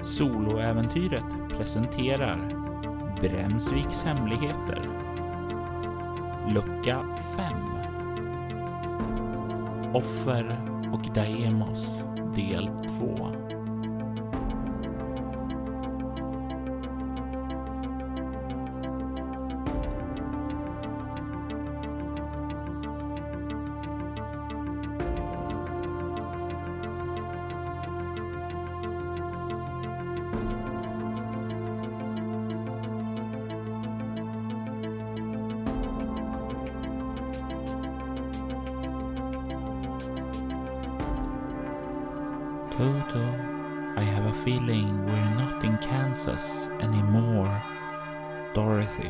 Soloäventyret presenterar Bremsviks hemligheter. Lucka 5. Offer och Daemos del 2. Toto, I have a feeling we're not in Kansas anymore. Dorothy.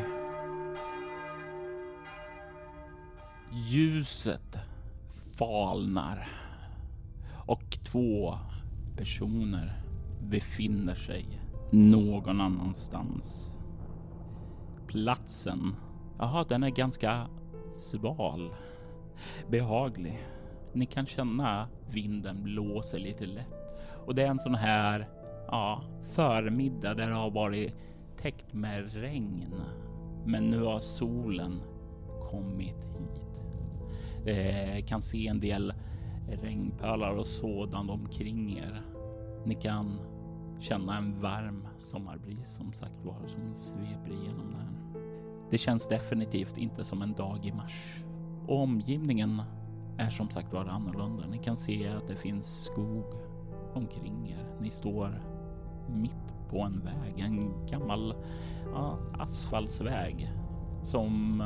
Ljuset falnar och 2 personer befinner sig någon annanstans. Platsen, den är ganska sval, behaglig. Ni kan känna vinden blåser lite lätt. Och det är en sån här förmiddag där det har varit täckt med regn. Men nu har solen kommit hit. Kan se en del regnpölar och sådant omkring er. Ni kan känna en varm sommarbris som sagt var som sveper igenom där. Det känns definitivt inte som en dag i mars. Och omgivningen är som sagt var annorlunda. Ni kan se att det finns skog omkring er. Ni står mitt på en väg, en gammal asfaltsväg som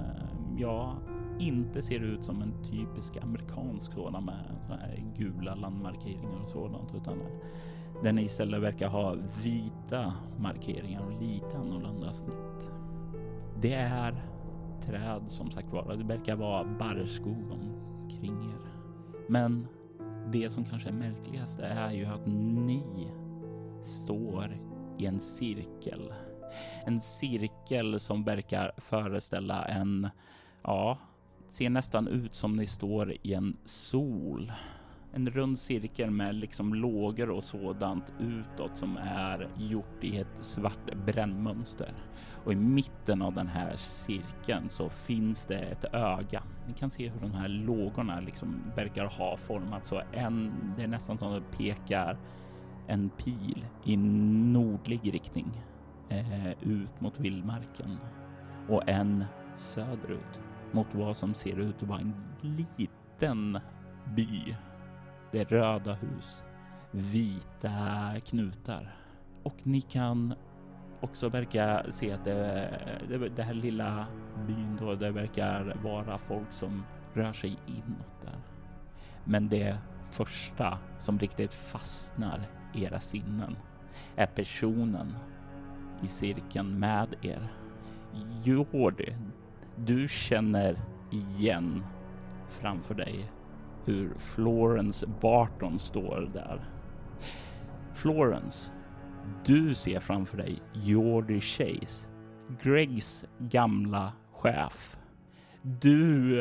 inte ser ut som en typisk amerikansk sådan med såna här gula landmarkeringar och sådant, utan den istället verkar ha vita markeringar och lite annorlunda snitt. Det är träd som sagt var. Det verkar vara barrskog omkring er. Men det som kanske är märkligast är ju att ni står i en cirkel. En cirkel som verkar föreställa ser nästan ut som ni står i en sol. En rund cirkel med liksom lågor och sådant utåt som är gjort i ett svart brännmönster. Och i mitten av den här cirkeln så finns det ett öga. Ni kan se hur de här lågorna liksom verkar ha format så det är nästan som att det pekar en pil i nordlig riktning ut mot vildmarken och en söderut mot vad som ser ut att vara en liten by. Det är röda hus, vita knutar. Och ni kan också verka se att det här lilla byn då, det verkar vara folk som rör sig inåt där. Men det första som riktigt fastnar i era sinnen är personen i cirkeln med er. Jordi, du känner igen framför dig hur Florence Barton står där. Florence, du ser framför dig Jordi Chase, Gregs gamla chef. Du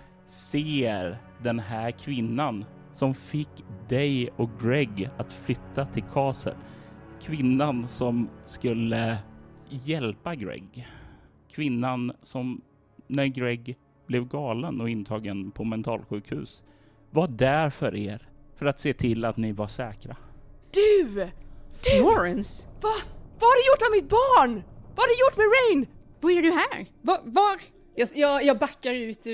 ser den här kvinnan som fick dig och Greg att flytta till Castle. Kvinnan som skulle hjälpa Greg. Kvinnan som när Greg blev galen och intagen på mentalsjukhus var där för er för att se till att ni var säkra. Du! Florence! Vad har du gjort av mitt barn? Vad har du gjort med Rain? Vad gör du här? Var? Jag backar ut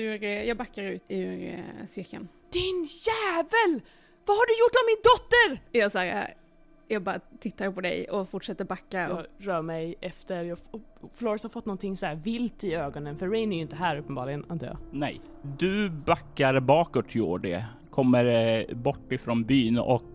ur cirkeln. Din jävel! Vad har du gjort av min dotter? Jag bara tittar på dig och fortsätter backa. Jag rör mig efter. Florence har fått någonting så här vilt i ögonen. För Rain är ju inte här uppenbarligen, antar jag. Nej, du backar bakåt, Jordi. Kommer bort ifrån byn och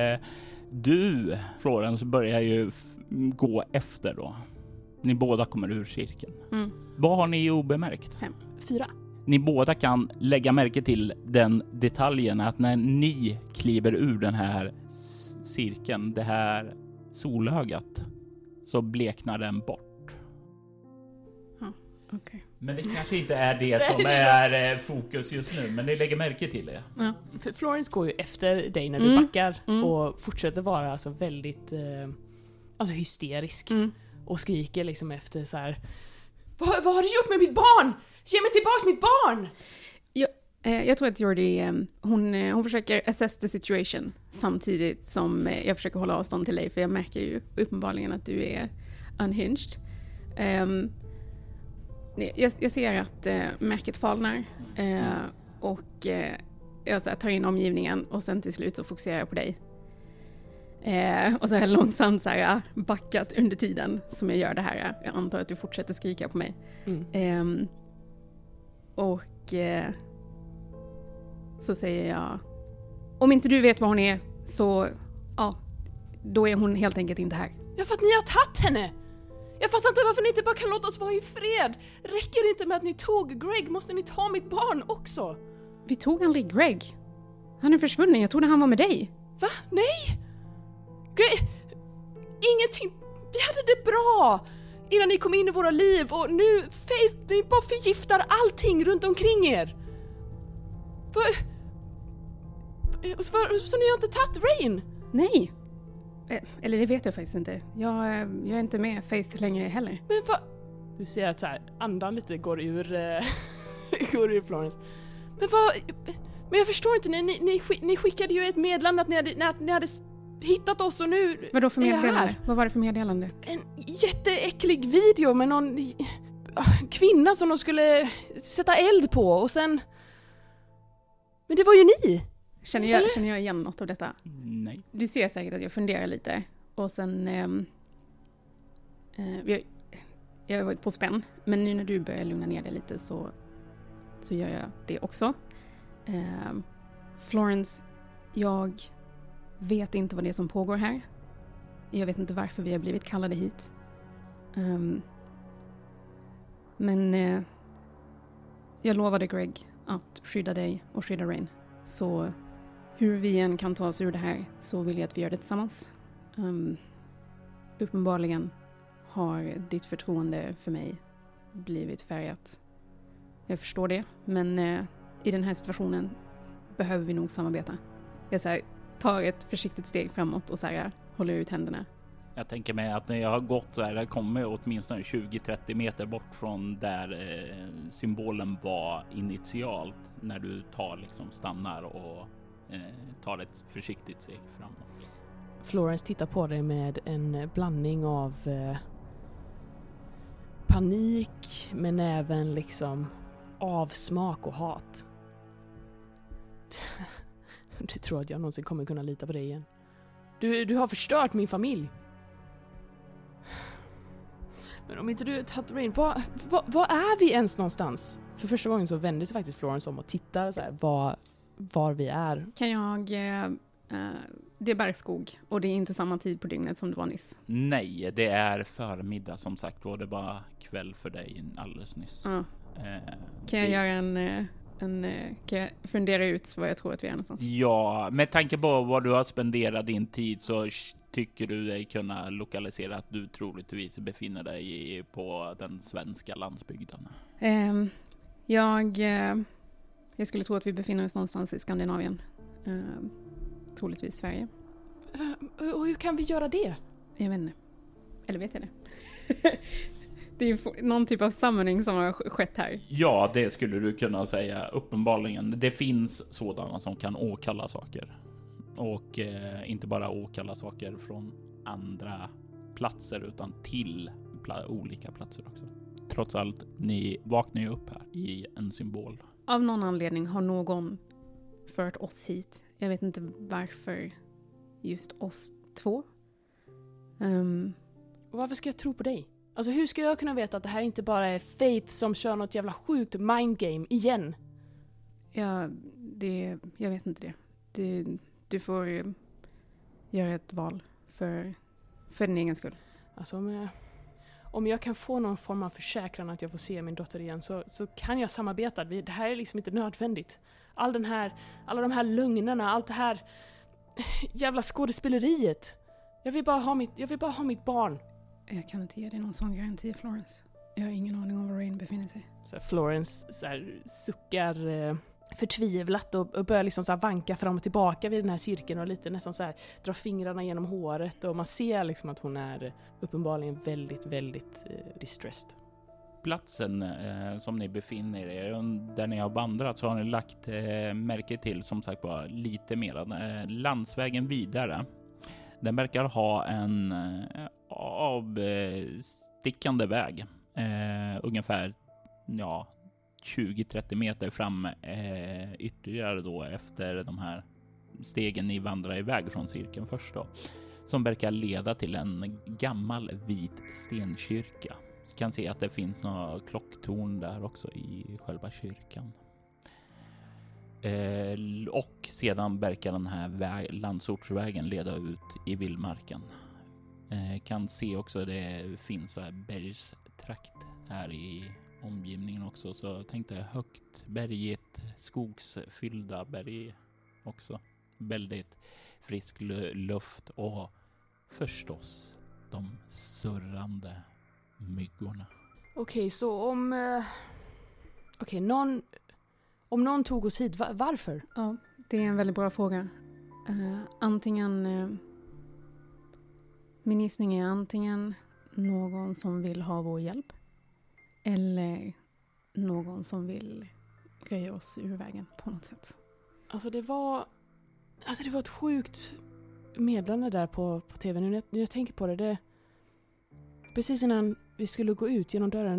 du, Florence, börjar ju gå efter då. Ni båda kommer ur cirkeln. Vad har ni obemärkt? 5. 4. Ni båda kan lägga märke till den detaljen att när ni kliver ur den här cirkeln, det här solögat, så bleknar den bort. Okay. Men det kanske inte är det som är fokus just nu, men ni lägger märke till det. Ja. För Florence går ju efter dig när du backar och fortsätter vara alltså väldigt alltså hysterisk och skriker liksom efter så här: vad har du gjort med mitt barn? Ge mig tillbaks mitt barn! Jag tror att Jordi, hon försöker assess the situation samtidigt som jag försöker hålla avstånd till dig, för jag märker ju uppenbarligen att du är unhinged. Jag ser att märket falnar och jag tar in omgivningen och sen till slut så fokuserar jag på dig. Och så har jag långsamt så här backat under tiden som jag gör det här. Jag antar att du fortsätter skrika på mig. Så säger jag: om inte du vet var hon är, så ja, då är hon helt enkelt inte här. Ja, för att ni har tagit henne! Jag fattar inte varför ni inte bara kan låta oss vara i fred. Räcker det inte med att ni tog Greg? Måste ni ta mitt barn också? Vi tog aldrig Greg. Han är försvunnen, jag trodde han var med dig. Va? Nej! Greg... Ingenting... Vi hade det bra innan ni kom in i våra liv, och nu Faith, ni bara förgiftar allting runt omkring er. Så ni har inte tagit Rain? Nej. Eller det vet jag faktiskt inte. Jag är inte med Faith längre heller. Men vad? Du ser att så här, andan lite går ur Florence. Men vad? Men jag förstår inte, ni skickade ju ett meddelande att ni hade hittat oss, och nu... Vadå för meddelande? Vad var det för meddelande? En jätteäcklig video med någon kvinna som de skulle sätta eld på, och sen... Men det var ju ni! Känner jag igen något av detta? Nej. Du ser säkert att jag funderar lite. Och sen... jag har varit på spänn. Men nu när du börjar lugna ner dig lite så gör jag det också. Florence, jag vet inte vad det är som pågår här. Jag vet inte varför vi har blivit kallade hit. Men jag lovade Greg att skydda dig och skydda Rain. Så hur vi än kan ta oss ur det här så vill jag att vi gör det tillsammans. Uppenbarligen har ditt förtroende för mig blivit färgat. Jag förstår det, men i den här situationen behöver vi nog samarbeta. Jag så här, tar ett försiktigt steg framåt och så här, håller ut händerna. Jag tänker mig att när jag har gått så här, jag kommer åtminstone 20-30 meter bort från där symbolen var initialt, när du stannar och tar ett försiktigt steg framåt. Florence tittar på dig med en blandning av panik men även liksom avsmak och hat. Du tror att jag någonsin kommer kunna lita på dig igen? Du har förstört min familj. Men om inte du tagit Rain, vad är vi ens någonstans? För första gången så vänder sig faktiskt Florence om och tittar så här, var vi är. Kan jag... det är bergskog och det är inte samma tid på dygnet som det var nyss. Nej, det är förmiddag som sagt, var det bara kväll för dig alldeles nyss. Kan jag göra kan jag fundera ut vad jag tror att vi är någonstans? Ja, med tanke på vad du har spenderat din tid så tycker du dig kunna lokalisera att du troligtvis befinner dig på den svenska landsbygden. Jag skulle tro att vi befinner oss någonstans i Skandinavien. Troligtvis Sverige. Och hur kan vi göra det? Jag vet inte. Eller vet jag det? Det är ju någon typ av summoning som har skett här. Ja, det skulle du kunna säga. Uppenbarligen. Det finns sådana som kan åkalla saker. Och inte bara åkalla saker från andra platser utan till olika platser också. Trots allt, ni vaknar ju upp här i en symbol. Av någon anledning har någon fört oss hit. Jag vet inte varför just oss två. Och varför ska jag tro på dig? Alltså hur ska jag kunna veta att det här inte bara är Faith som kör något jävla sjukt mindgame igen? Ja, jag vet inte det. Du får göra ett val för din egen skull. Alltså om jag kan få någon form av försäkran att jag får se min dotter igen så kan jag samarbeta. Det här är liksom inte nödvändigt. Alla de här lögnerna, allt det här jävla skådespeleriet. Jag vill bara ha mitt barn. Jag kan inte ge dig någon sån garanti, Florence. Jag har ingen aning om var Rain befinner sig. Så Florence så här, suckar förtvivlat och börjar liksom så här vanka fram och tillbaka vid den här cirkeln och lite nästan så här dra fingrarna genom håret, och man ser liksom att hon är uppenbarligen väldigt, väldigt distressed. Platsen som ni befinner er, där ni har vandrat, så har ni lagt märke till som sagt bara lite mer. Landsvägen vidare. Den verkar ha en avstickande väg. Ungefär 20-30 meter fram ytterligare då efter de här stegen ni vandrar iväg från cirkeln först då. Som verkar leda till en gammal vit stenkyrka. Så kan se att det finns några klocktorn där också i själva kyrkan. Och sedan verkar den här landsortsvägen leda ut i vildmarken. Kan se också det finns så här bergstrakt här i omgivningen också. Så tänkte jag högt berget, skogsfyllda berg också. Väldigt frisk luft och förstås de surrande myggorna. Okej, så om någon tog oss hit, varför? Ja, det är en väldigt bra fråga. Min gissning är antingen någon som vill ha vår hjälp eller någon som vill röja oss ur vägen på något sätt. Alltså det var ett sjukt meddelande där på tv. Nu när jag tänker på det, precis innan vi skulle gå ut genom dörren,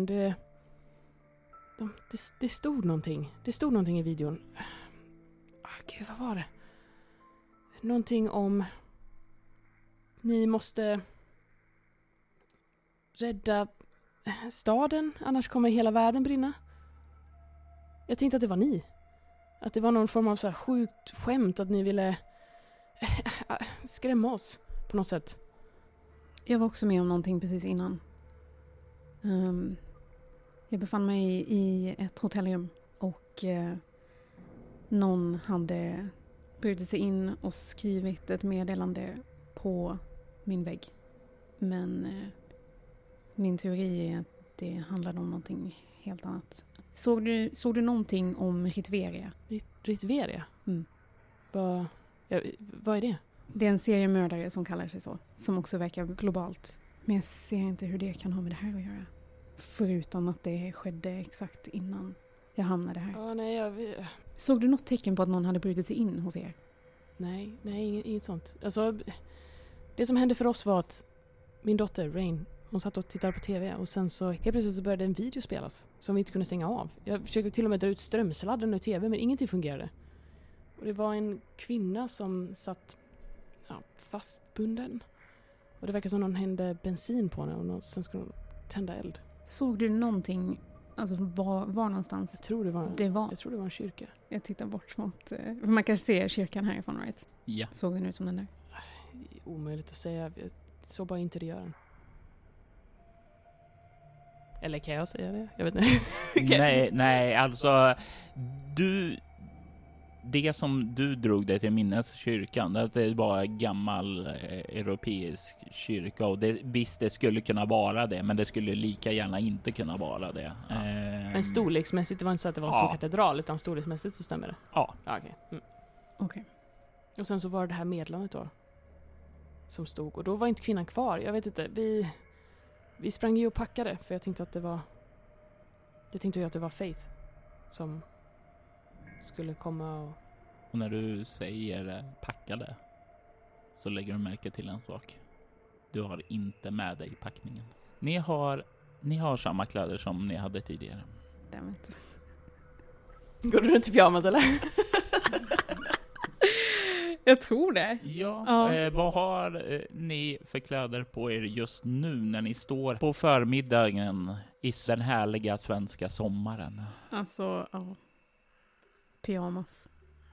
det stod någonting. Det stod någonting i videon. Gud, vad var det? Någonting om ni måste rädda staden, annars kommer hela världen brinna. Jag tänkte att det var ni. Att det var någon form av så här sjukt skämt, att ni ville skrämma oss på något sätt. Jag var också med om någonting precis innan. Jag befann mig i ett hotellrum och någon hade brutit sig in och skrivit ett meddelande på min vägg. Men min teori är att det handlade om någonting helt annat. Såg du någonting om Ritveria? Ritveria? Mm. Vad är det? Det är en seriemördare som kallar sig så. Som också verkar globalt. Men jag ser inte hur det kan ha med det här att göra. Förutom att det skedde exakt innan jag hamnade här. Såg du något tecken på att någon hade brutit sig in hos er? Nej, inget sånt. Alltså, det som hände för oss var att min dotter, Rain, hon satt och tittade på tv och sen så helt plötsligt så började en video spelas som vi inte kunde stänga av. Jag försökte till och med dra ut strömsladden ur tv, men ingenting fungerade. Och det var en kvinna som satt fastbunden. Och det verkar som någon hände bensin på henne och sen skulle hon tända eld. Såg du någonting, alltså var någonstans? Jag tror det var en kyrka. Jag tittar bort mot, man kan se kyrkan härifrån, right? Ja. Såg den ut som den där? Omöjligt att säga. Jag såg bara inte det göra den. Eller kan jag säga det? Jag vet inte. Nej, alltså det som du drog dig till minnes kyrkan, det var en gammal europeisk kyrka och visst det skulle kunna vara det, men det skulle lika gärna inte kunna vara det. Ja. Men storleksmässigt, det var inte så att det var en stor katedral, utan storleksmässigt så stämmer det. Ja. Okej. Och sen så var det här meddelandet då som stod, och då var inte kvinnan kvar. Jag vet inte, vi sprang ju och packade, för jag tänkte att det var Faith som skulle komma och när du säger packade så lägger du märke till en sak. Du har inte med dig packningen. Ni har samma kläder som ni hade tidigare. Dammit. Går du runt i pyjamas eller? Jag tror det. Ja. Vad har ni för kläder på er just nu när ni står på förmiddagen i den härliga svenska sommaren? Alltså, pyjamas.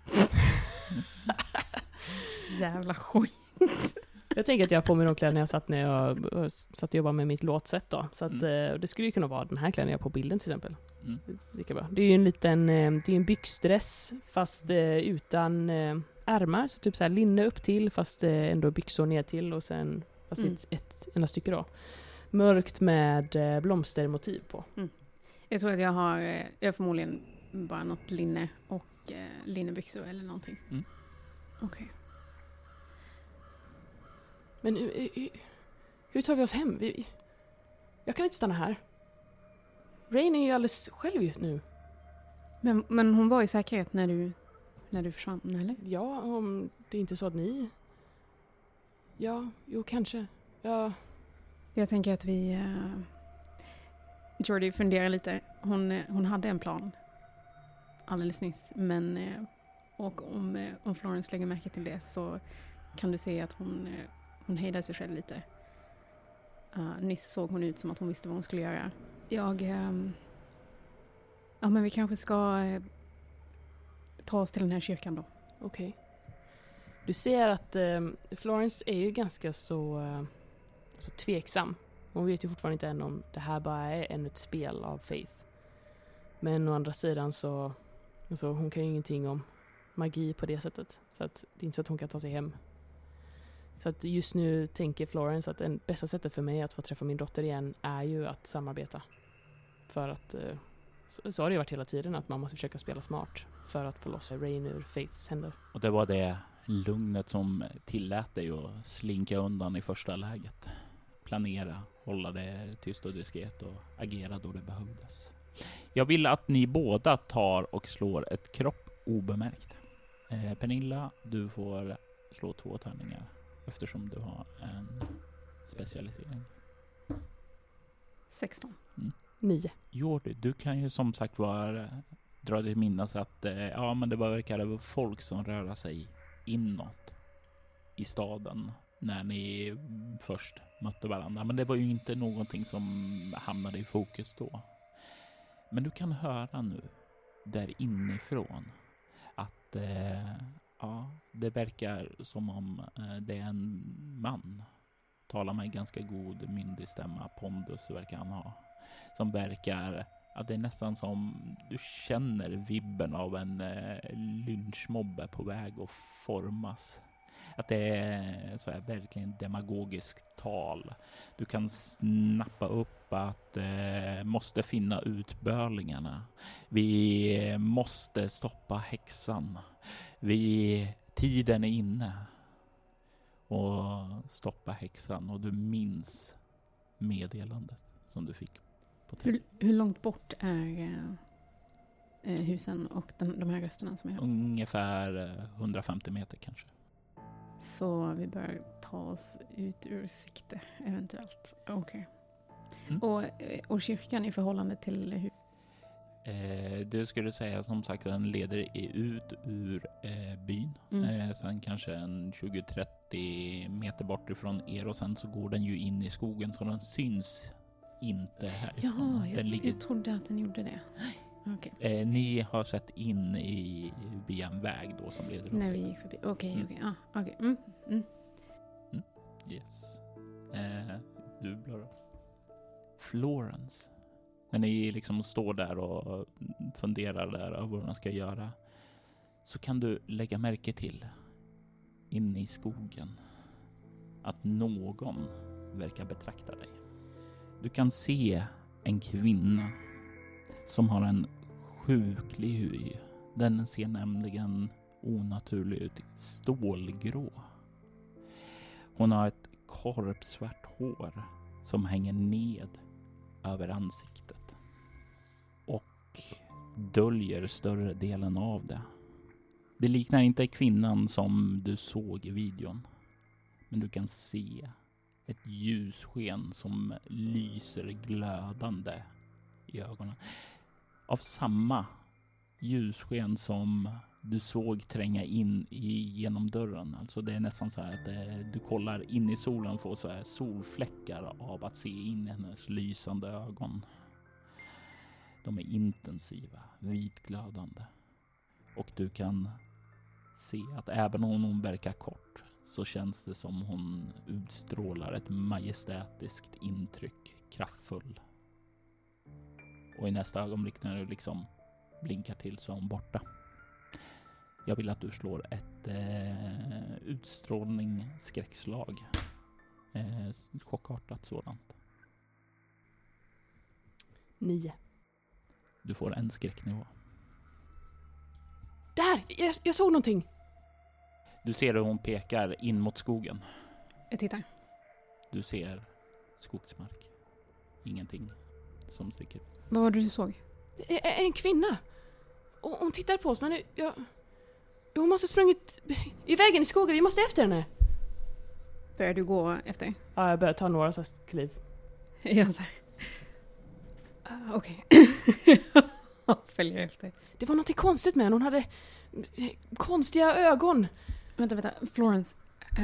Jävla skit. Jag tänker att jag har på mig de kläderna jag satt när jag satt och jobbade med mitt låtsätt då. Så att det skulle ju kunna vara den här kläderna jag har på bilden till exempel. Lika bra. Det är ju en liten det är en byxdress fast utan ärmar, så typ så här linne upp till fast ändå byxor ner till och sen fast ett enda stycke då. mörkt med blomstermotiv på. Jag tror att jag har förmodligen bara något linne och linnebyxor eller någonting. Okej. Men hur tar vi oss hem? Jag kan inte stanna här. Rain är ju alldeles själv just nu. Men hon var i säkerhet när du försvann, eller? Ja, om det är inte så att ni... Ja, jo kanske. Ja. Jag tänker att vi... Jordi funderar lite. Hon hade en plan alldeles nyss. Men och om Florence lägger märke till det så kan du se att hon hejdar sig själv lite. Nyss såg hon ut som att hon visste vad hon skulle göra. Ja, men vi kanske ska ta oss till den här kyrkan då. Okej. Du ser att Florence är ju ganska så tveksam. Hon vet ju fortfarande inte än om det här bara är ännu ett spel av Faith. Men å andra sidan så hon kan ju ingenting om magi på det sättet. Så att det är inte så att hon kan ta sig hem. Så att just nu tänker Florence att det bästa sättet för mig att få träffa min dotter igen är ju att samarbeta. För att så har det ju varit hela tiden att man måste försöka spela smart för att få loss Rain ur Faiths händer. Och det var det lugnet som tillät dig att slinka undan i första läget. Planera, hålla det tyst och diskret och agera då det behövdes. Jag vill att ni båda tar och slår ett kropp obemärkt. Pernilla, du får slå 2 tärningar eftersom du har en specialisering. 16. 9. Jordi, du kan ju som sagt dra dig minnas att men det verkar folk som rör sig inåt i staden när ni först mötte varandra. Men det var ju inte någonting som hamnade i fokus då. Men du kan höra nu där inifrån att det verkar som om det är en man. Talar med ganska god myndig stämma. Pondus verkar han ha. Som verkar att det är nästan som du känner vibben av en lynchmobbe på väg att formas. Att det är så här verkligen demagogiskt tal. Du kan snappa upp att måste finna utbörlingarna. Vi måste stoppa häxan. Tiden är inne. Och stoppa häxan. Och du minns meddelandet som du fick på hur långt bort är husen och de här rösterna som är? Ungefär 150 meter kanske. Så vi bör ta oss ut ur sikte eventuellt. Okej. Och kyrkan i förhållande till hur? Du skulle säga som sagt att den leder ut ur byn. Sen kanske en 20-30 meter bort ifrån er och sen så går den ju in i skogen så den syns inte här. Ja, jag trodde att den gjorde det. Okay. Ni har sett in via en väg då som leder upp. När vi gick förbi. Okej. Yes. Du blir Florence. När ni liksom står där och funderar där över vad man ska göra så kan du lägga märke till inne i skogen att någon verkar betrakta dig. Du kan se en kvinna som har en sjuklig hy. Den ser nämligen onaturlig ut, stålgrå. Hon har ett korpsvart hår som hänger ned över ansiktet och döljer större delen av det. Det liknar inte kvinnan som du såg i videon, men du kan se ett ljussken som lyser glödande i ögonen. Av samma ljussken som du såg tränga in genom dörren. Alltså det är nästan så här att du kollar in i solen och får så här solfläckar av att se in i hennes lysande ögon. De är intensiva, vitglödande. Och du kan se att även om hon verkar kort så känns det som hon utstrålar ett majestätiskt intryck, kraftfull. Och i nästa ögonblick när du liksom blinkar till så är hon borta. Jag vill att du slår ett utstrålning skräckslag. Chockartat sådant. 9. Du får en skräcknivå. Där! Jag såg någonting! Du ser hur hon pekar in mot skogen. Jag tittar. Du ser skogsmark. Ingenting som sticker ut. Vad var det du såg? En kvinna! Och hon tittar på oss, men hon måste ha sprungit i vägen i skogen. Vi måste efter henne. Börjar du gå efter? Ja, jag börjar ta några så här kliv. Jag så här. Okej. Följer efter. Det var något konstigt med henne. Hon hade konstiga ögon. Vänta. Florence.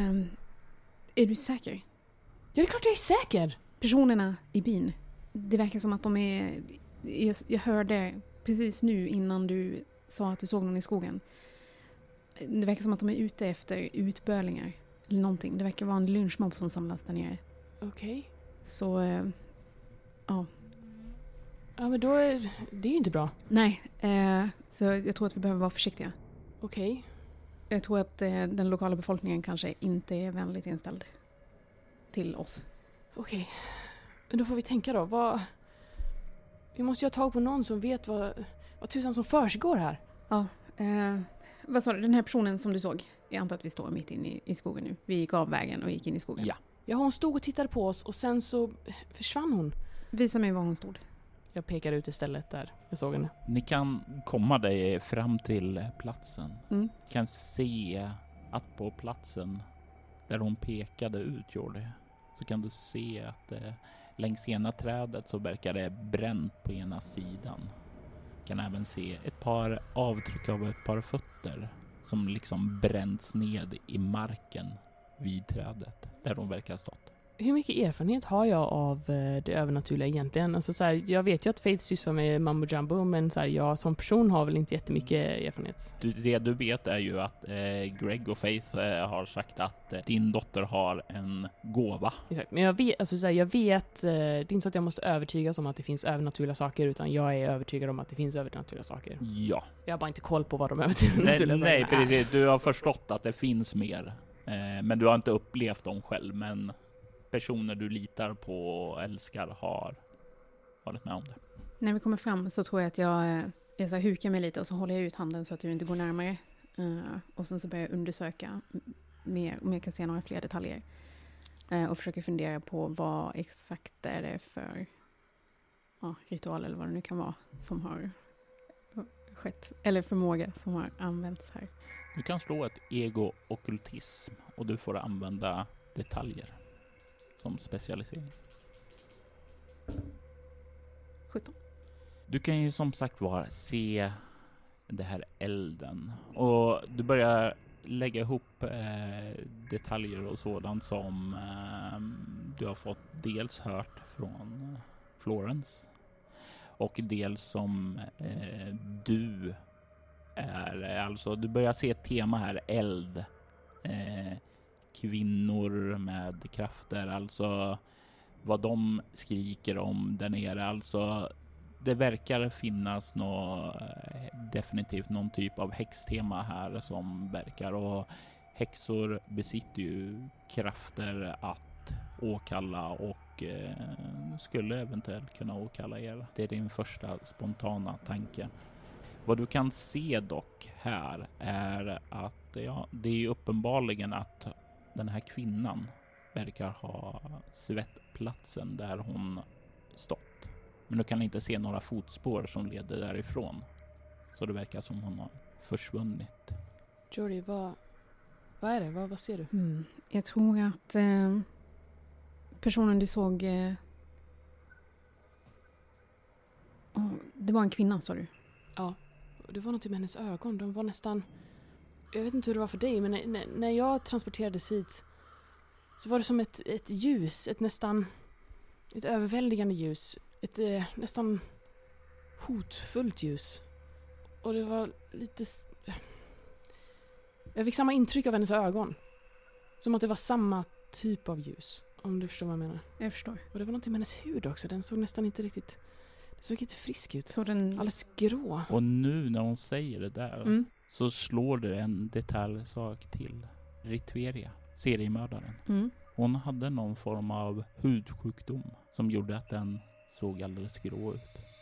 Är du säker? Ja, det är klart jag är säker. Personerna i byn. Det verkar som att de är... Jag hörde precis nu innan du sa att du såg någon i skogen. Det verkar som att de är ute efter utbörlingar. Eller någonting. Det verkar vara en lynchmobb som samlas där nere. Okej. Så... ja. Ja, men då är det ju inte bra. Nej. Så jag tror att vi behöver vara försiktiga. Okej. Jag tror att den lokala befolkningen kanske inte är vänligt inställd till oss. Okej. Men då får vi tänka då. Vi måste ju ha tag på någon som vet vad tusan som försiggår här. Ja. Vad sa du? Den här personen som du såg? Jag antar att vi står mitt inne i skogen nu. Vi gick av vägen och gick in i skogen. Ja, hon stod och tittade på oss och sen så försvann hon. Visa mig var hon stod. Jag pekar ut istället där jag såg henne. Ni kan komma dig fram till platsen. Kan se att på platsen där hon pekade ut Jordi, så kan du se att längs ena trädet så verkar det bränt på ena sidan. Kan även se ett par avtryck av ett par fötter som liksom bränts ned i marken vid trädet där hon verkar ha stått. Hur mycket erfarenhet har jag av det övernaturliga egentligen? Alltså så här, jag vet ju att Faith sysslar med mambo jumbo, men så här, jag som person har väl inte jättemycket erfarenhet. Det du vet är ju att Greg och Faith har sagt att din dotter har en gåva. Exakt, men jag vet, alltså så här, det är inte så att jag måste övertygas om att det finns övernaturliga saker, utan jag är övertygad om att det finns övernaturliga saker. Ja. Jag har bara inte koll på vad de övernaturliga sakerna är. Nej, precis. Du har förstått att det finns mer, men du har inte upplevt dem själv, men personer du litar på och älskar har varit med om det. När vi kommer fram så tror jag att jag så hukar mig lite och så håller jag ut handen så att du inte går närmare. Och sen så börjar jag undersöka mer om jag kan se några fler detaljer. Och försöker fundera på vad exakt är det för ritual eller vad det nu kan vara som har skett. Eller förmåga som har använts här. Du kan slå ett ego-okkultism och du får använda detaljer som specialisering. 17. Du kan ju som sagt se det här elden och du börjar lägga ihop detaljer och sådant som du har fått dels hört från Florence och dels som du är, alltså du börjar se ett tema här, eld, kvinnor med krafter, alltså vad de skriker om där nere, alltså det verkar finnas definitivt någon typ av häxtema här som verkar, och häxor besitter ju krafter att åkalla och skulle eventuellt kunna åkalla er. Det är din första spontana tanke. Vad du kan se dock här är att det är uppenbarligen att den här kvinnan verkar ha svettplatsen där hon stått. Men du kan inte se några fotspår som leder därifrån. Så det verkar som hon har försvunnit. Jordi, vad är det? Vad ser du? Jag tror att personen du såg... det var en kvinna, sa du? Ja, det var något med hennes ögon. De var nästan... Jag vet inte hur det var för dig, men när jag transporterades hit så var det som ett ljus, ett överväldigande ljus, ett nästan hotfullt ljus. Och det var lite... Jag fick samma intryck av hennes ögon. Som att det var samma typ av ljus, om du förstår vad jag menar. Jag förstår. Och det var något med hennes hud också. Den såg nästan inte riktigt... Den såg inte frisk ut. Så den... Alldeles grå. Och nu när hon säger det där så slår det en detaljsak till. Ritveria, seriemördaren. Hon hade någon form av hudsjukdom som gjorde att den såg alldeles grå ut.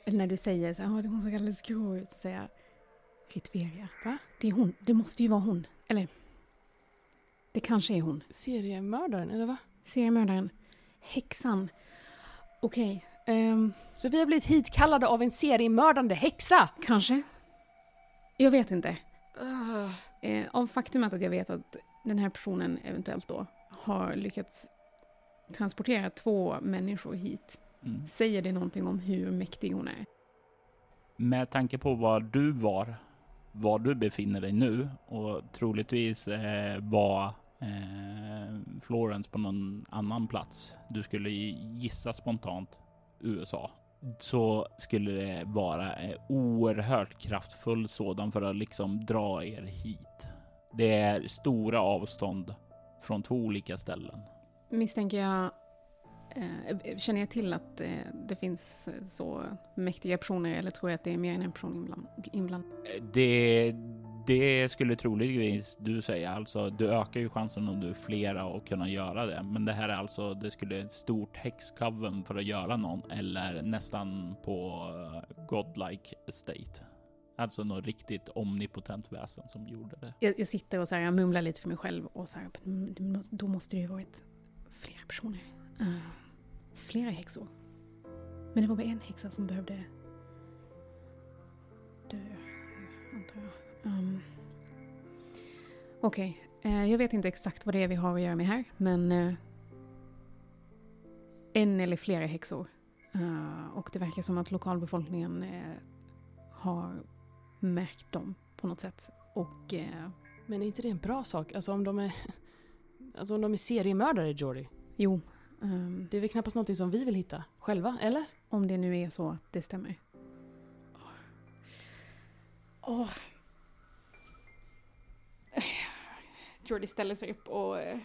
Eller när du säger så här, det är hon som alldeles grå ut, och säger Ritveria. Va? Det är hon. Det måste ju vara hon. Eller, det kanske är hon. Seriemördaren, eller va? Seriemördaren. Häxan. Okej. Så vi har blivit hitkallade av en seriemördande häxa? Kanske. Jag vet inte. Av faktumet att jag vet att den här personen eventuellt då har lyckats transportera 2 människor hit. Säger det någonting om hur mäktig hon är? Med tanke på var du befinner dig nu och troligtvis var Florence på någon annan plats. Du skulle gissa spontant USA. Så skulle det vara oerhört kraftfull sådan för att liksom dra er hit. Det är stora avstånd från 2 olika ställen. Misstänker jag, känner jag till att det finns så mäktiga personer, eller tror jag att det är mer än en person inblandad? Det skulle troligtvis du säga. Alltså, du ökar ju chansen om du är flera och kunna göra det. Men det här är alltså, det skulle ett stort häxcoven för att göra någon, eller nästan på godlike state. Alltså något riktigt omnipotent väsen som gjorde det. Jag sitter och så här, mumlar lite för mig själv och så här, då måste det ju varit flera personer. Flera häxor. Men det var bara en häxa som behövde dö, antar jag. Okej. Jag vet inte exakt vad det är vi har att göra med här, men en eller flera häxor. Och det verkar som att lokalbefolkningen har märkt dem på något sätt. Och men är inte det en bra sak? Alltså om de är seriemördare, Jordi? jo. Det är väl knappast något som vi vill hitta själva, eller? Om det nu är så att det stämmer. Jordi ställer sig upp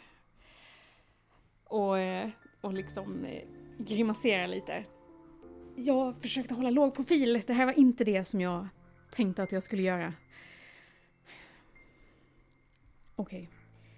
och liksom grimaserar lite. Jag försökte hålla låg profil. Det här var inte det som jag tänkte att jag skulle göra. Okej.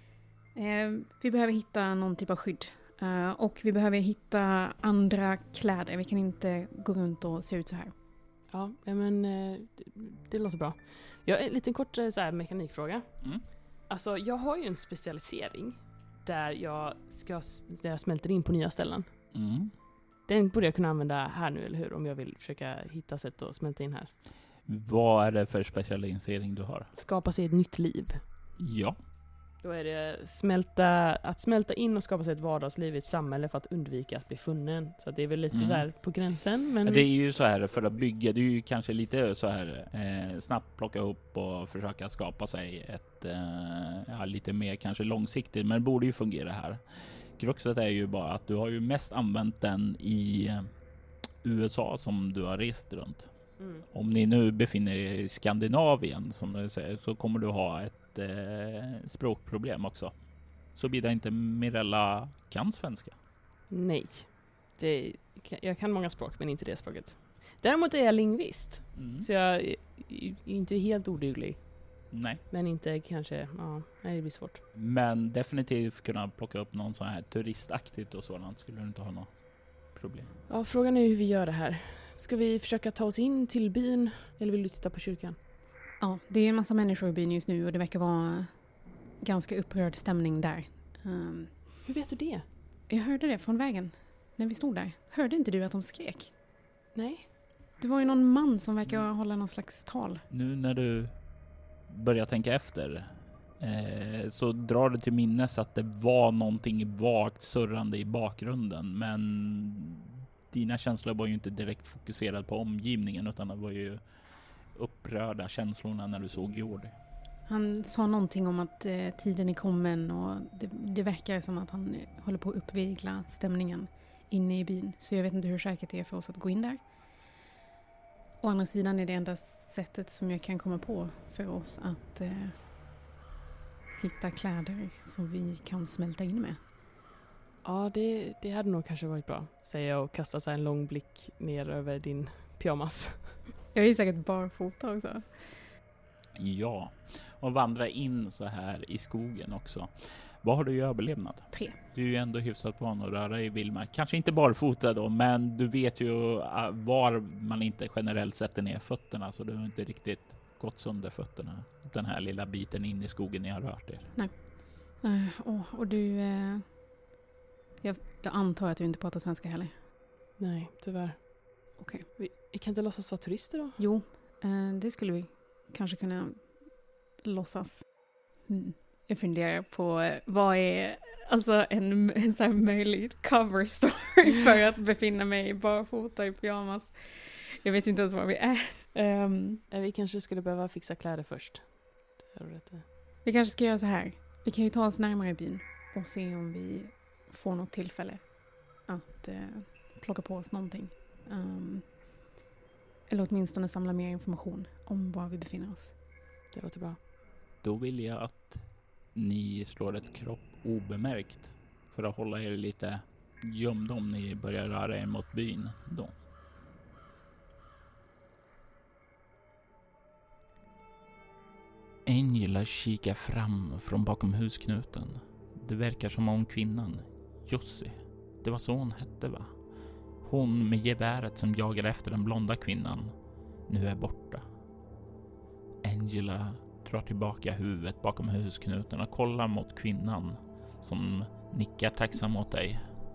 Vi behöver hitta någon typ av skydd. Och vi behöver hitta andra kläder. Vi kan inte gå runt och se ut så här. Ja, men det låter bra. Jag har en liten kort så här, mekanikfråga. Alltså, jag har ju en specialisering där jag smälter in på nya ställen. Den borde jag kunna använda här nu, eller hur? Om jag vill försöka hitta sätt att smälta in här. Vad är det för specialisering du har? Skapa sig ett nytt liv. Ja. Då är det att smälta in och skapa sig ett vardagsliv i ett samhälle för att undvika att bli funnen. Så det är väl lite så här på gränsen. Men... Det är ju så här, för att bygga, det är ju kanske lite så här snabbt plocka upp och försöka skapa sig ett lite mer kanske långsiktigt, men det borde ju fungera här. Kruxet är ju bara att du har ju mest använt den i USA som du har rest runt. Om ni nu befinner er i Skandinavien som du säger, så kommer du ha ett språkproblem också. Så blir det inte Mirella kan svenska. Nej. Jag kan många språk, men inte det språket. Däremot är jag lingvist. Så jag är inte helt oduglig. Nej. Men inte kanske, det blir svårt. Men definitivt kunna plocka upp någon sån här turistaktigt och sådant skulle du inte ha något problem. Ja, frågan är hur vi gör det här. Ska vi försöka ta oss in till byn eller vill du titta på kyrkan? Ja, det är en massa människor i byn just nu och det verkar vara ganska upprörd stämning där. Hur vet du det? Jag hörde det från vägen när vi stod där. Hörde inte du att de skrek? Nej. Det var ju någon man som verkar hålla någon slags tal. Nu när du börjar tänka efter så drar du till minnes att det var någonting vagt surrande i bakgrunden, men dina känslor var ju inte direkt fokuserad på omgivningen utan det var ju upprörda känslorna när du såg Jordi. Han sa någonting om att tiden är kommen och det verkar som att han håller på att uppvigla stämningen inne i byn. Så jag vet inte hur säkert det är för oss att gå in där. Å andra sidan är det enda sättet som jag kan komma på för oss att hitta kläder som vi kan smälta in med. Ja, det hade nog kanske varit bra, säger jag och kastar så en lång blick ner över din pyjamas. Jag är säkert barfota också. Ja, och vandra in så här i skogen också. Vad har du i överlevnad? 3. Du är ju ändå hyfsat van att röra i vildmark. Kanske inte barfota då, men du vet ju var man inte generellt sätter ner fötterna, så du har inte riktigt gått sönder fötterna den här lilla biten in i skogen ni har rört er. Nej. Och du... Jag antar att du inte pratar svenska heller. Nej, tyvärr. Okej. Vi kan inte låtsas vara turister då? Jo, det skulle vi kanske kunna låtsas. Jag funderar på vad är alltså en så här möjlig cover story för att befinna mig barfota i pyjamas. Jag vet inte ens var vi är. Vi kanske skulle behöva fixa kläder först. Vi kanske ska göra så här. Vi kan ju ta oss närmare byn och se om vi får något tillfälle att plocka på oss någonting. Eller åtminstone samla mer information om var vi befinner oss. Det låter bra. Då vill jag att ni slår ett kropp obemärkt för att hålla er lite gömda om ni börjar röra er mot byn då. Angela kikar fram från bakom husknuten. Det verkar som om kvinnan, Jussi, det var så hon hette va? Hon med geväret som jagade efter den blonda kvinnan nu är borta. Angela drar tillbaka huvudet bakom husknuten och kollar mot kvinnan som nickar tacksam mot dig.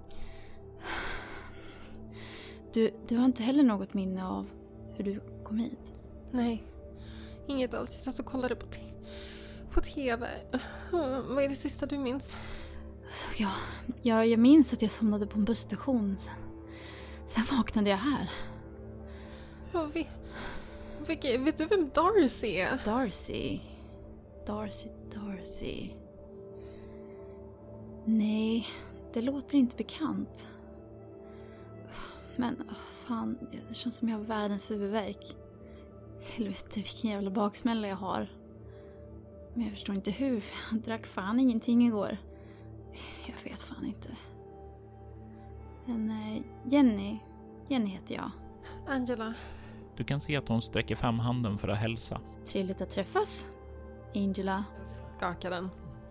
Du har inte heller något minne av hur du kom hit? Nej, inget alls. Jag satt och kollade på tv. Vad är det sista du minns? Alltså, jag minns att jag somnade på en busstation. Sen vaknade jag här. Vet du vem Darcy är? Darcy. Nej, det låter inte bekant. Men fan, det känns som jag har världens huvudvärk. Helvete, vilken jävla baksmälla jag har. Men jag förstår inte hur, för jag drack fan ingenting igår. Jag vet fan inte. Men Jenny heter jag. Angela. Du kan se att hon sträcker fram handen för att hälsa. Trevligt att träffas, Angela. Jag skakar den.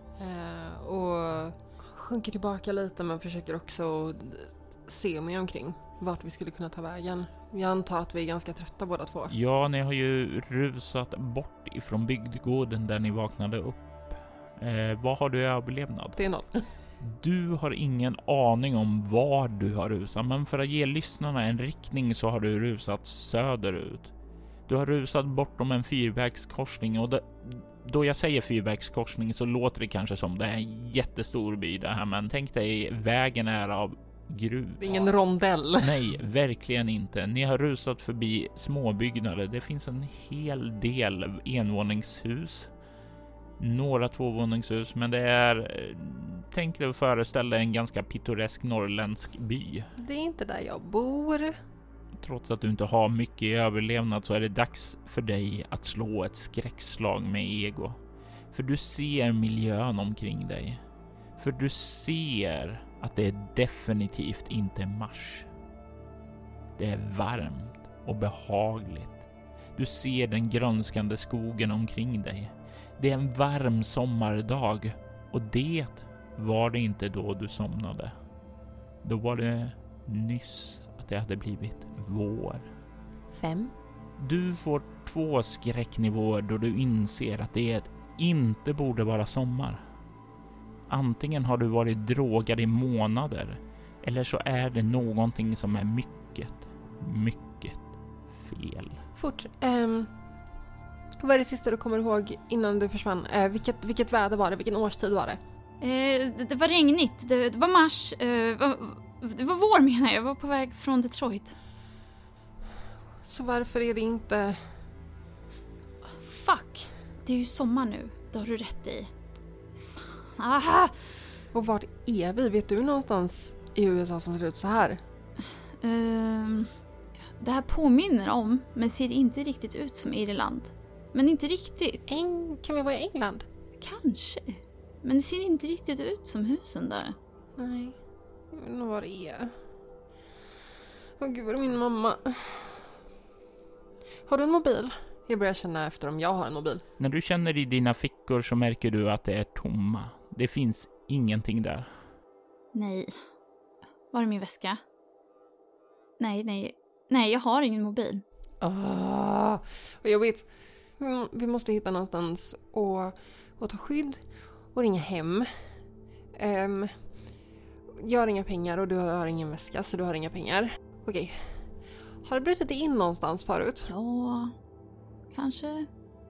Och sjunker tillbaka lite, men försöker också se mig omkring. Vart vi skulle kunna ta vägen. Jag antar att vi är ganska trötta båda två. Ja, ni har ju rusat bort ifrån bygdgården där ni vaknade upp. Vad har du i överlevnad? Det är 0. Du har ingen aning om var du har rusat, men för att ge lyssnarna en riktning så har du rusat söderut. Du har rusat bortom en fyrvägskorsning och då jag säger fyrvägskorsning så låter det kanske som det är en jättestor by det här, men tänk dig, vägen är av grus. Det är ingen rondell. Nej, verkligen inte. Ni har rusat förbi småbyggnader. Det finns en hel del envåningshus. Några tvåvåningshus, men det är, tänk dig att föreställa en ganska pittoresk norrländsk by. Det är inte där jag bor. Trots att du inte har mycket i överlevnad så är det dags för dig att slå ett skräckslag med ego. För du ser miljön omkring dig. För du ser att det definitivt inte är mars. Det är varmt och behagligt. Du ser den grönskande skogen omkring dig. Det är en varm sommardag och det var det inte då du somnade. Då var det nyss att det hade blivit vår. 5. Du får 2 skräcknivåer då du inser att det inte borde vara sommar. Antingen har du varit drogad i månader eller så är det någonting som är mycket, mycket fel. Fort. Vad är det sista du kommer ihåg innan du försvann? Vilket väder var det? Vilken årstid var det? Det var regnigt. Det var mars. Det var vår menar jag. Jag var på väg från Detroit. Så varför är det inte... Fuck. Det är ju sommar nu. Det har du rätt i. Fan. Aha. Och vart är vi? Vet du någonstans i USA som ser ut så här? Det här påminner om, men ser inte riktigt ut som Irland. Men inte riktigt. Kan vi vara i England? Kanske. Men det ser inte riktigt ut som husen där. Nej. Jag vet inte vad det är. Åh gud, var är min mamma? Har du en mobil? Jag börjar känna efter om jag har en mobil. När du känner i dina fickor så märker du att det är tomma. Det finns ingenting där. Nej. Var är min väska? Nej, jag har ingen mobil. Och jag vet, vi måste hitta någonstans och ta skydd och ringa hem. Jag har inga pengar och du har ingen väska, så du har inga pengar. Okej. Har du brutit dig in någonstans förut? Ja, kanske 1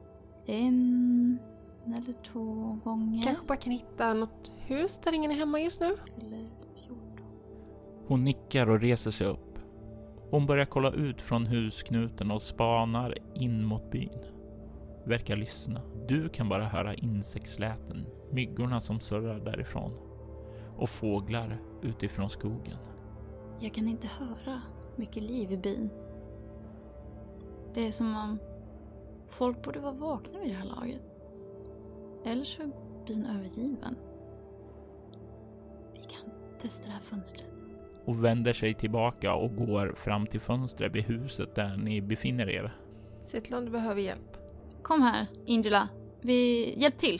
eller 2 gånger. Kanske bara kan hitta något hus där ingen är hemma just nu? Eller 14. Hon nickar och reser sig upp. Hon börjar kolla ut från husknuten och spanar in mot byn. Verkar lyssna. Du kan bara höra insektsläten, myggorna som surrar därifrån och fåglar utifrån skogen. Jag kan inte höra mycket liv i byn. Det är som om folk borde vara vakna vid det här laget. Eller så är byn övergiven. Vi kan testa det här fönstret. Och vänder sig tillbaka och går fram till fönstret vid huset där ni befinner er. Sitlon, du behöver hjälp. Kom här, Angela. Vi hjälp till.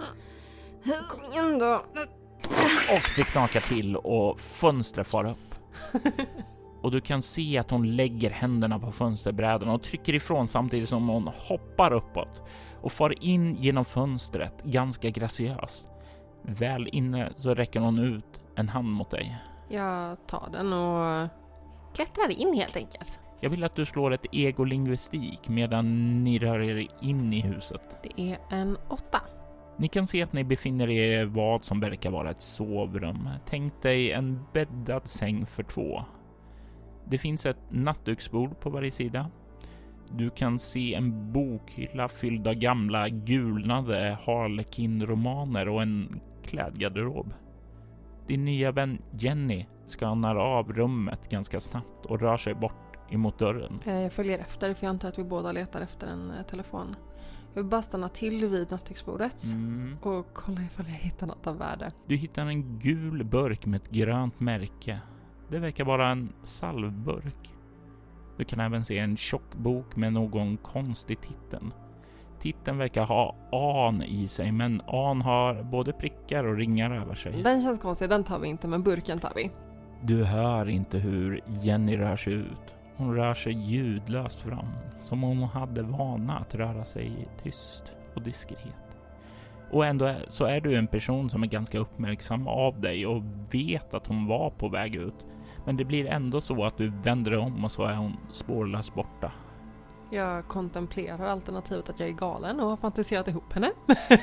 Kom igen då. Och det knakar till och fönstret far upp. Och du kan se att hon lägger händerna på fönsterbrädan och trycker ifrån samtidigt som hon hoppar uppåt och far in genom fönstret ganska graciöst. Väl inne så räcker hon ut en hand mot dig. Jag tar den och klättrar in helt enkelt. Jag vill att du slår ett egolingvistik medan ni rör er in i huset. Det är en 8. Ni kan se att ni befinner er i vad som verkar vara ett sovrum. Tänk dig en bäddad säng för 2. Det finns ett nattduksbord på varje sida. Du kan se en bokhylla fylld av gamla gulnade Harlequin-romaner och en klädgarderob. Din nya vän Jenny skannar av rummet ganska snabbt och rör sig bort emot dörren. Jag följer efter för jag antar att vi båda letar efter en telefon. Jag vill bara stanna till vid nattduksbordet och kolla ifall jag hittar något av värde. Du hittar en gul burk med ett grönt märke. Det verkar vara en salvburk. Du kan även se en tjock bok med någon konstig titel. Titeln verkar ha An i sig, men An har både prickar och ringar över sig. Den känns konstig, den tar vi inte, men burken tar vi. Du hör inte hur Jenny rör sig ut. Hon rör sig ljudlöst fram, som om hon hade vana att röra sig tyst och diskret. Och ändå så är du en person som är ganska uppmärksam av dig och vet att hon var på väg ut. Men det blir ändå så att du vänder om och så är hon spårlöst borta. Jag kontemplerar alternativet att jag är galen och har fantiserat ihop henne.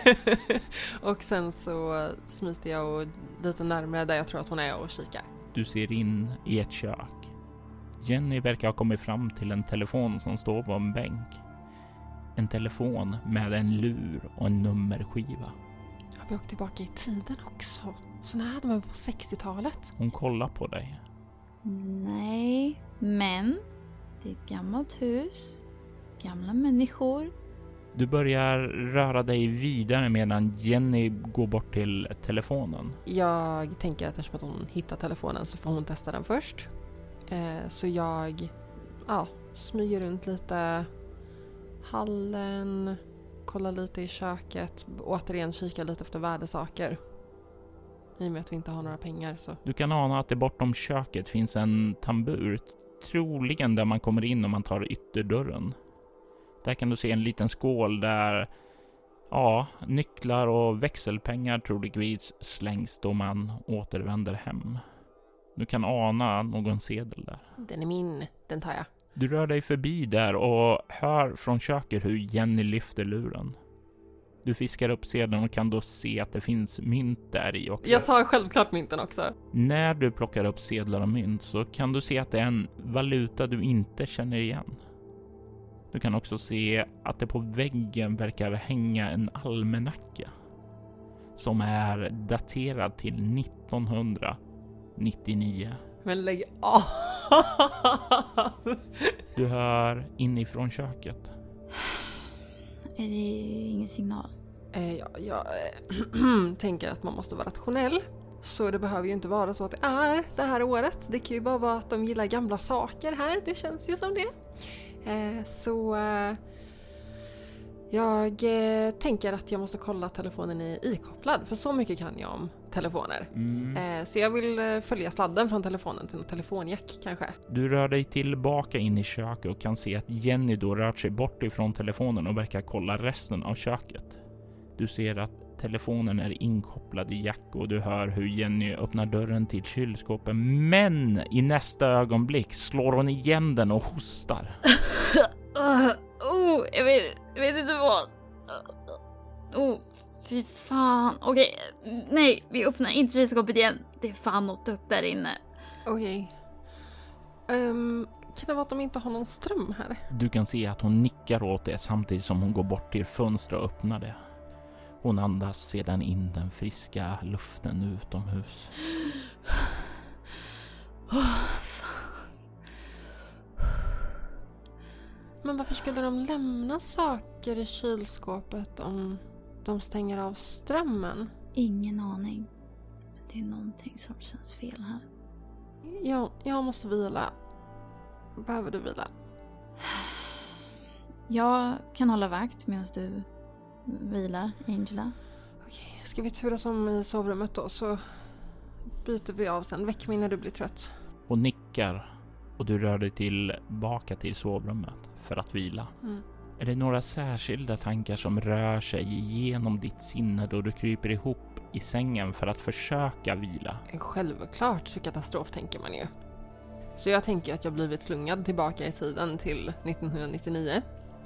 Och sen så smiter jag och lite närmare där jag tror att hon är och kikar. Du ser in i ett kök. Jenny verkar ha kommit fram till en telefon som står på en bänk. En telefon med en lur och en nummerskiva. Har vi åkt tillbaka i tiden också? Så här hade man på 60-talet. Hon kollar på dig. Nej, men det är ett gammalt hus. Gamla människor. Du börjar röra dig vidare medan Jenny går bort till telefonen. Jag tänker att eftersom att hon hittar telefonen så får hon testa den först. Så jag smyger runt lite hallen, kollar lite i köket, återigen kikar lite efter värdesaker. I och med att vi inte har några pengar så. Du kan ana att det bortom köket finns en tambur, troligen där man kommer in om man tar ytterdörren. Där kan du se en liten skål där nycklar och växelpengar troligtvis slängs då man återvänder hem. Du kan ana någon sedel där. Den är min, den tar jag. Du rör dig förbi där och hör från köket hur Jenny lyfter luren. Du fiskar upp sedeln och kan då se att det finns mynt där i också. Jag tar självklart mynten också. När du plockar upp sedlar och mynt så kan du se att det är en valuta du inte känner igen. Du kan också se att det på väggen verkar hänga en almanacka som är daterad till 1999. Men lägg av! Du hör inifrån köket. Är det ingen signal? Jag tänker att man måste vara rationell. Så det behöver ju inte vara så att det är det här året. Det kan ju bara vara att de gillar gamla saker här. Det känns ju som det. Jag tänker att jag måste kolla att telefonen är ikopplad. För så mycket kan jag om telefoner. Så jag vill följa sladden från telefonen till något telefonjack kanske. Du rör dig tillbaka in i köket och kan se att Jenny då rört sig bort ifrån telefonen och verkar kolla resten av köket. Du ser att telefonen är inkopplad i jack och du hör hur Jenny öppnar dörren till kylskåpet. Men i nästa ögonblick slår hon igen den och hostar. Jag vet inte vad. Fy fan. Okej, nej, vi öppnar inte kylskåpet igen. Det är fan något dött där inne. Okej. Kan det vara att de inte har någon ström här? Du kan se att hon nickar åt det samtidigt som hon går bort till fönstret och öppnar det. Hon andas sedan in den friska luften utomhus. Men varför skulle de lämna saker i kylskåpet om de stänger av strömmen? Ingen aning. Men det är någonting som känns fel här. Jag måste vila. Behöver du vila? Jag kan hålla vakt medan du vilar, Angela. Okej, ska vi turas om i sovrummet då, så byter vi av sen. Väck mig när du blir trött. Hon nickar och du rör dig tillbaka till sovrummet för att vila. Är det några särskilda tankar som rör sig genom ditt sinne då du kryper ihop i sängen för att försöka vila? Självklart så katastrof tänker man ju. Så jag tänker att jag blivit slungad tillbaka i tiden till 1999.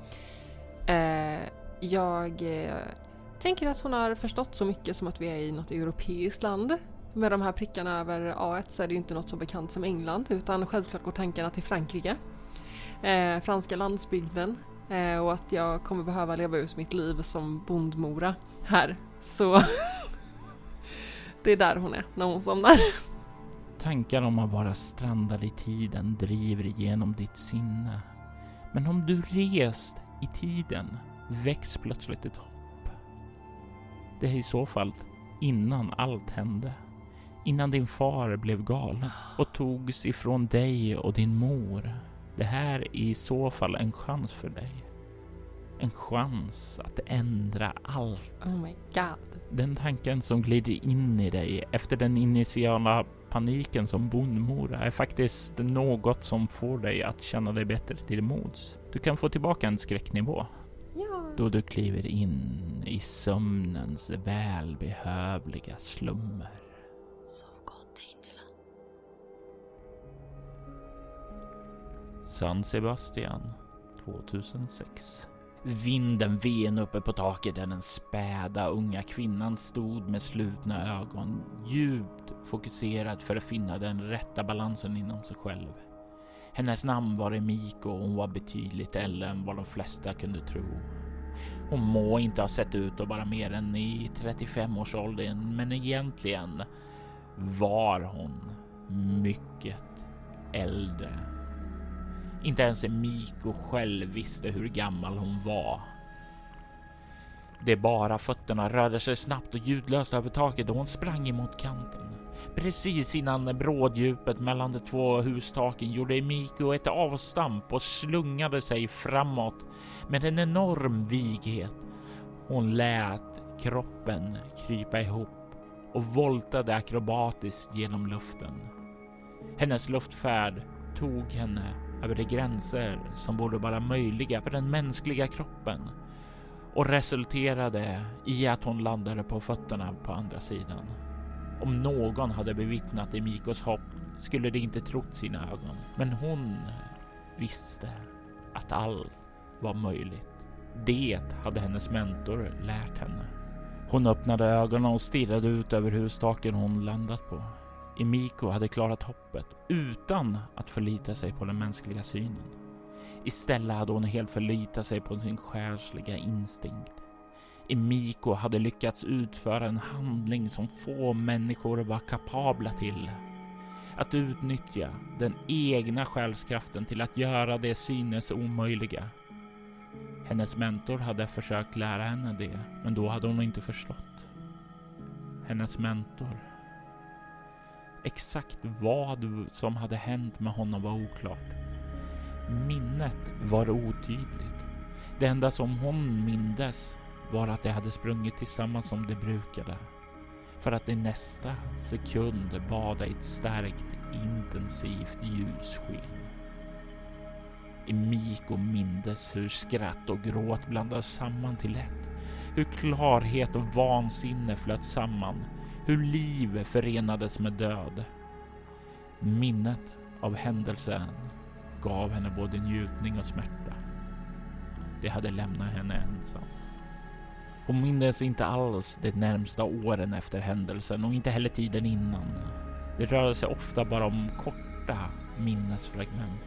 Jag tänker att hon har förstått så mycket som att vi är i något europeiskt land. Med de här prickarna över A1 så är det ju inte något så bekant som England, utan självklart går tankarna till Frankrike. Franska landsbygden. Och att jag kommer behöva leva ut mitt liv som bondmora här. Så det är där hon är när hon somnar. Tankar om att vara strandad i tiden driver igenom ditt sinne. Men om du rest i tiden väcks plötsligt ett hopp. Det är i så fall innan allt hände. Innan din far blev galen och togs ifrån dig och din mor. Det här är i så fall en chans för dig. En chans att ändra allt. Oh my god. Den tanken som glider in i dig efter den initiala paniken som bondmora är faktiskt något som får dig att känna dig bättre till mods. Du kan få tillbaka en skräcknivå. Ja. Då du kliver in i sömnens välbehövliga slummer. Sov gott, Angela. San Sebastian 2006. Vinden ven uppe på taket där den späda unga kvinnan stod med slutna ögon, djupt fokuserad för att finna den rätta balansen inom sig själv. Hennes namn var Emiko och hon var betydligt äldre än vad de flesta kunde tro. Hon må inte ha sett ut att vara mer än i 35-årsåldern, men egentligen var hon mycket äldre. Inte ens Emiko själv visste hur gammal hon var. De bara fötterna rörde sig snabbt och ljudlöst över taket och hon sprang emot kanten. Precis innan bråddjupet mellan de två hustaken gjorde Emiko ett avstamp och slungade sig framåt med en enorm vighet. Hon lät kroppen krypa ihop och voltade akrobatiskt genom luften. Hennes luftfärd tog henne över de gränser som borde vara möjliga för den mänskliga kroppen och resulterade i att hon landade på fötterna på andra sidan. Om någon hade bevittnat Emikos hopp skulle de inte trott sina ögon, men hon visste att allt var möjligt. Det hade hennes mentor lärt henne. Hon öppnade ögonen och stirrade ut över hustaken hon landat på. Emiko hade klarat hoppet utan att förlita sig på den mänskliga synen. Istället hade hon helt förlitat sig på sin själsliga instinkt. Emiko hade lyckats utföra en handling som få människor var kapabla till. Att utnyttja den egna själskraften till att göra det synes omöjliga. Hennes mentor hade försökt lära henne det, men då hade hon inte förstått. Hennes mentor. Exakt vad som hade hänt med honom var oklart. Minnet var otydligt. Det enda som hon mindes var att de hade sprungit tillsammans som de brukade. för att i nästa sekund bada i ett starkt, intensivt ljussken. Emiko mindes hur skratt och gråt blandades samman till ett. Hur klarhet och vansinne flöt samman. Hur liv förenades med död. Minnet av händelsen gav henne både njutning och smärta. Det hade lämnat henne ensam. Hon mindes inte alls de närmsta åren efter händelsen och inte heller tiden innan. Det rörde sig ofta bara om korta minnesfragment.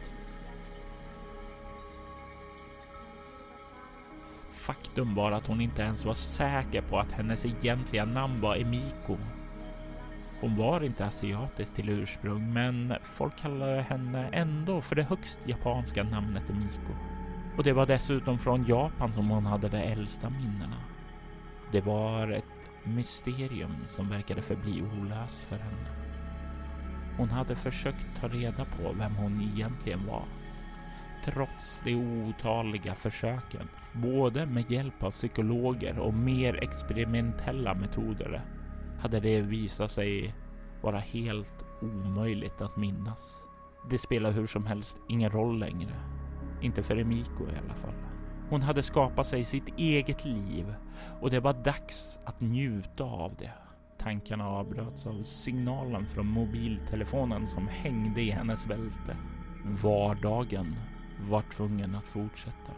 Faktum var att hon inte ens var säker på att hennes egentliga namn var Emiko. Hon var inte asiatisk till ursprung, men folk kallade henne ändå för det högst japanska namnet Emiko. Och det var dessutom från Japan som hon hade de äldsta minnena. Det var ett mysterium som verkade förbli olöst för henne. Hon hade försökt ta reda på vem hon egentligen var. Trots de otaliga försöken, både med hjälp av psykologer och mer experimentella metoder, hade det visat sig vara helt omöjligt att minnas. Det spelar hur som helst ingen roll längre. Inte för Emiko i alla fall. Hon hade skapat sig sitt eget liv och det var dags att njuta av det. Tankarna avbröts av signalen från mobiltelefonen som hängde i hennes bälte. Vardagen var tvungen att fortsätta.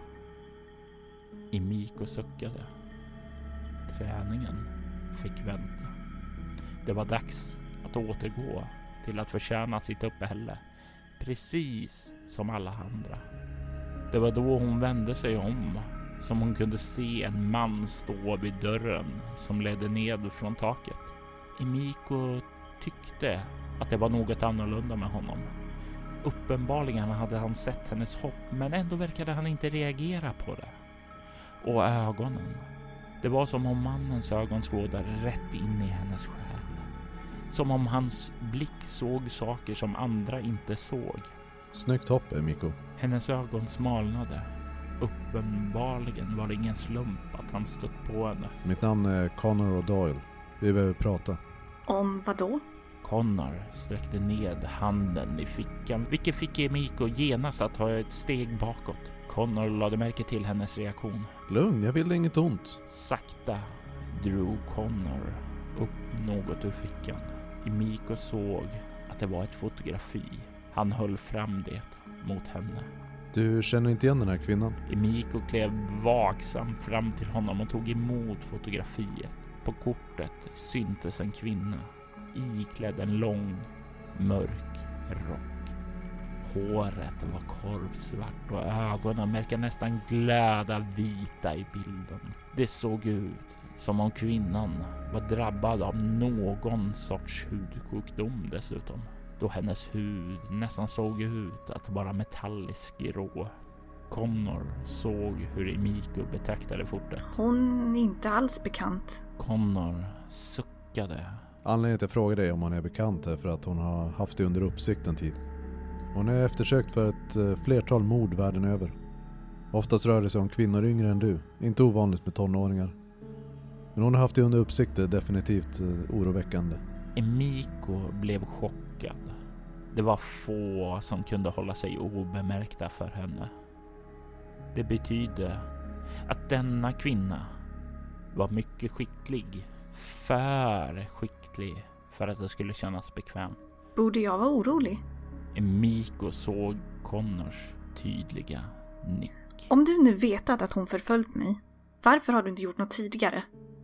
Emiko suckade. Träningen fick vänta. Det var dags att återgå till att förtjäna sitt uppehälle, precis som alla andra. Det var då hon vände sig om som hon kunde se en man stå vid dörren som ledde ned från taket. Emiko tyckte att det var något annorlunda med honom. Uppenbarligen hade han sett hennes hopp, men ändå verkade han inte reagera på det. Och ögonen. Det var som om mannens ögon skådade rätt in i hennes själ. Som om hans blick såg saker som andra inte såg. Snyggt hopp, Emiko. Hennes ögon smalnade. Uppenbarligen var det ingen slump att han stött på henne. Mitt namn är Connor O'Doyle. Vi behöver prata. Om vad då? Connor sträckte ned handen i fickan, vilket fick Emiko genast att ta ett steg bakåt. Connor lade märke till hennes reaktion. Lugn, jag vill inget ont. Sakta drog Connor upp något ur fickan. Emiko såg att det var ett fotografi. Han höll fram det mot henne. Du känner inte igen den här kvinnan? Emiko klev vaksam fram till honom och tog emot fotografiet. På kortet syntes en kvinna iklädd en lång, mörk rock. Håret var korpsvart och ögonen verkade nästan glöda vita i bilden. Det såg ut som om kvinnan var drabbad av någon sorts hudsjukdom dessutom. Då hennes hud nästan såg ut att vara metallisk grå. Connor såg hur Emiko betraktade fotot. Hon är inte alls bekant. Connor suckade. Anledningen till att jag frågar dig om hon är bekant är för att hon har haft det under uppsikt en tid. Hon är eftersökt för ett flertal mord världen över. Oftast rör det sig om kvinnor yngre än du. Inte ovanligt med tonåringar. Men hon har haft det under uppsikt, det är definitivt oroväckande. Emiko blev chockad. Det var få som kunde hålla sig obemärkta för henne. Det betydde att denna kvinna var mycket skicklig. För skicklig för att det skulle kännas bekvämt. Borde jag vara orolig? Emiko såg Connors tydliga nick. Om du nu vetat att hon förföljt mig, varför har du inte gjort något tidigare?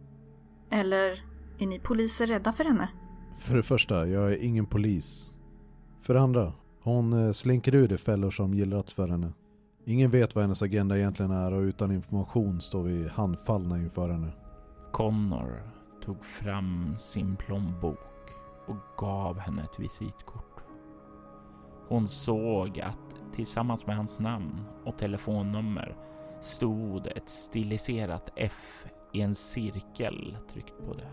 Eller är ni poliser rädda för henne? För det första, jag är ingen polis. För det andra, hon slinker ur de fällor som gillrats för henne. Ingen vet vad hennes agenda egentligen är och utan information står vi handfallna inför henne. Connor tog fram sin plånbok och gav henne ett visitkort. Hon såg att tillsammans med hans namn och telefonnummer stod ett stiliserat F i en cirkel tryckt på det.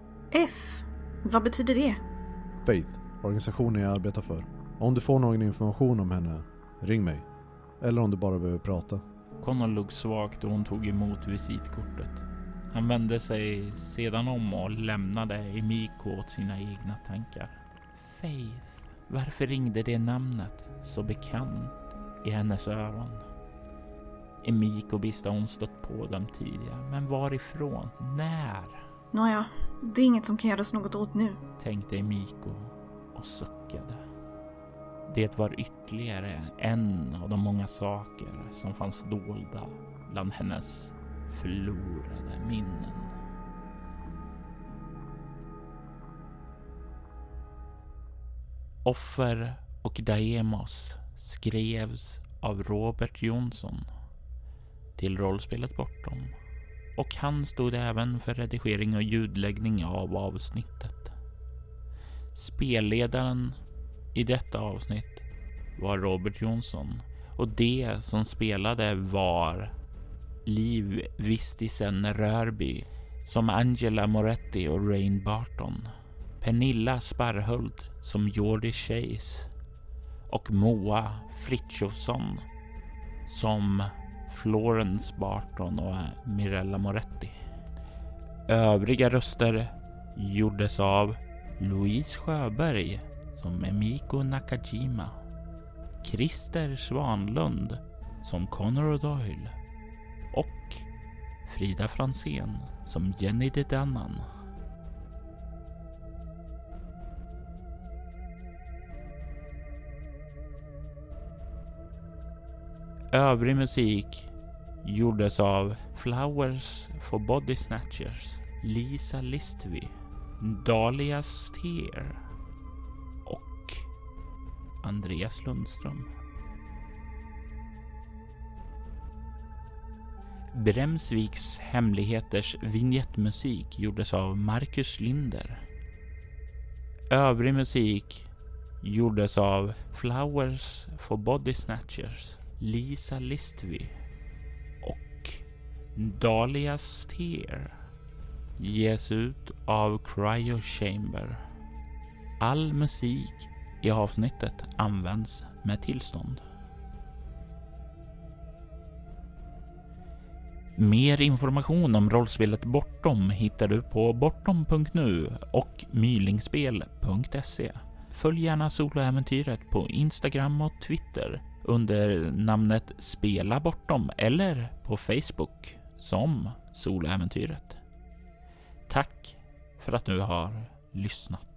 F? Vad betyder det? Faith, organisationen jag arbetar för. Om du får någon information om henne, ring mig. Eller om du bara behöver prata. Connor log svagt och hon tog emot visitkortet. Han vände sig sedan om och lämnade Emiko åt sina egna tankar. Faith, varför ringde det namnet så bekant i hennes öron? Emiko visste hon stött på dem tidigare, men varifrån? När? Nåja, det är inget som kan göras något åt nu, tänkte Emiko och suckade. Det var ytterligare en av de många saker som fanns dolda bland hennes förlorade minnen. Offer och Daemos skrevs av Robert Jonsson till rollspelet Bortom, och han stod även för redigering och ljudläggning av avsnittet. Spelledaren i detta avsnitt var Robert Jonsson, och det som spelade var Liv Vistisen Rörby som Angela Moretti och Rain Barton, Pernilla Sparhult som Jordi Chase och Moa Frithiofsson som Florence Barton och Mirella Moretti. Övriga röster gjordes av Louise Sjöberg som Emiko Nakajima, Christer Svanlund som Connor Doyle och Frida Fransén som Jenny Dedannan. Övrig musik gjordes av Flowers for Body Snatchers, Lisa Listvy, Dahlia Steer och Andreas Lundström. Bremsviks hemligheters vignettmusik gjordes av Marcus Linder. Övrig musik gjordes av Flowers for Body Snatchers, Lisa Listvy och Dahlia Steer. Ges ut av Cryo Chamber. All musik i avsnittet används med tillstånd. Mer information om rollspelet Bortom hittar du på bortom.nu och mylingspel.se. Följ gärna Soloäventyret på Instagram och Twitter under namnet Spela Bortom eller på Facebook som Soloäventyret. Tack för att du har lyssnat.